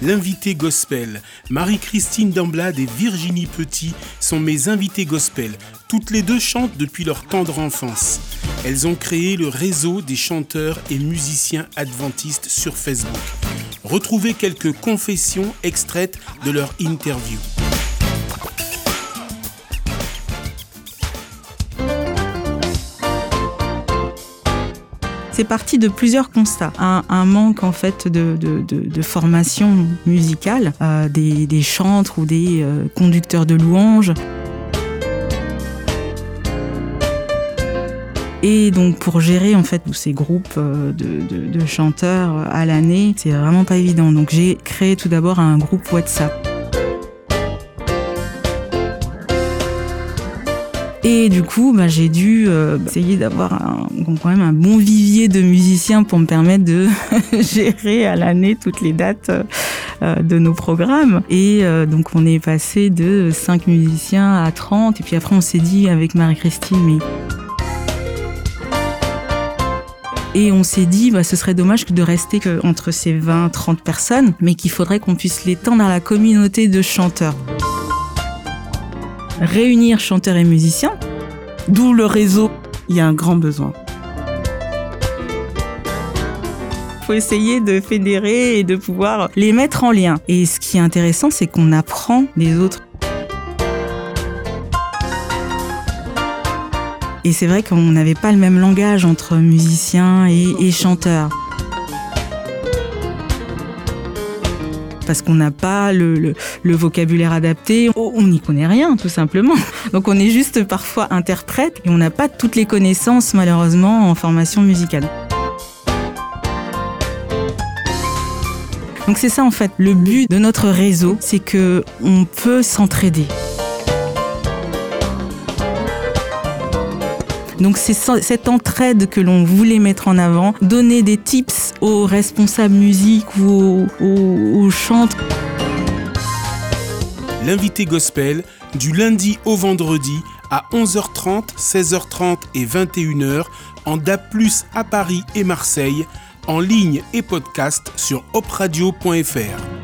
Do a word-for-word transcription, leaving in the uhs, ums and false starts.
l'invité gospel. Marie-Christine Damblade et Virginie Petit sont mes invités gospel. Toutes les deux chantent depuis leur tendre enfance. Elles ont créé le réseau des chanteurs et musiciens adventistes sur Facebook. Retrouvez quelques confessions extraites de leur interview. C'est parti de plusieurs constats. Un, un manque en fait de, de, de, de formation musicale, euh, des, des chantres ou des euh, conducteurs de louanges. Et donc pour gérer en fait tous ces groupes de, de, de chanteurs à l'année, c'est vraiment pas évident. Donc j'ai créé tout d'abord un groupe WhatsApp. Et du coup, bah, j'ai dû euh, essayer d'avoir un, quand même un bon vivier de musiciens pour me permettre de gérer à l'année toutes les dates euh, de nos programmes. Et euh, donc on est passé de cinq musiciens à trente. Et puis après on s'est dit avec Marie-Christine, mais... Et on s'est dit, bah, ce serait dommage de rester que entre ces vingt à trente personnes, mais qu'il faudrait qu'on puisse l'étendre à la communauté de chanteurs. Réunir chanteurs et musiciens, d'où le réseau. Il y a un grand besoin. Il faut essayer de fédérer et de pouvoir les mettre en lien. Et ce qui est intéressant, c'est qu'on apprend des autres. Et c'est vrai qu'on n'avait pas le même langage entre musiciens et, et chanteurs. Parce qu'on n'a pas le, le, le vocabulaire adapté, on n'y connaît rien tout simplement. Donc on est juste parfois interprète et on n'a pas toutes les connaissances malheureusement en formation musicale. Donc c'est ça en fait, le but de notre réseau, c'est qu'on peut s'entraider. Donc c'est cette entraide que l'on voulait mettre en avant, donner des tips aux responsables musique ou aux, aux, aux chantres. L'invité gospel, du lundi au vendredi à onze heures trente, seize heures trente et vingt et une heures en D A B plus, à Paris et Marseille, en ligne et podcast sur hopradio point f r.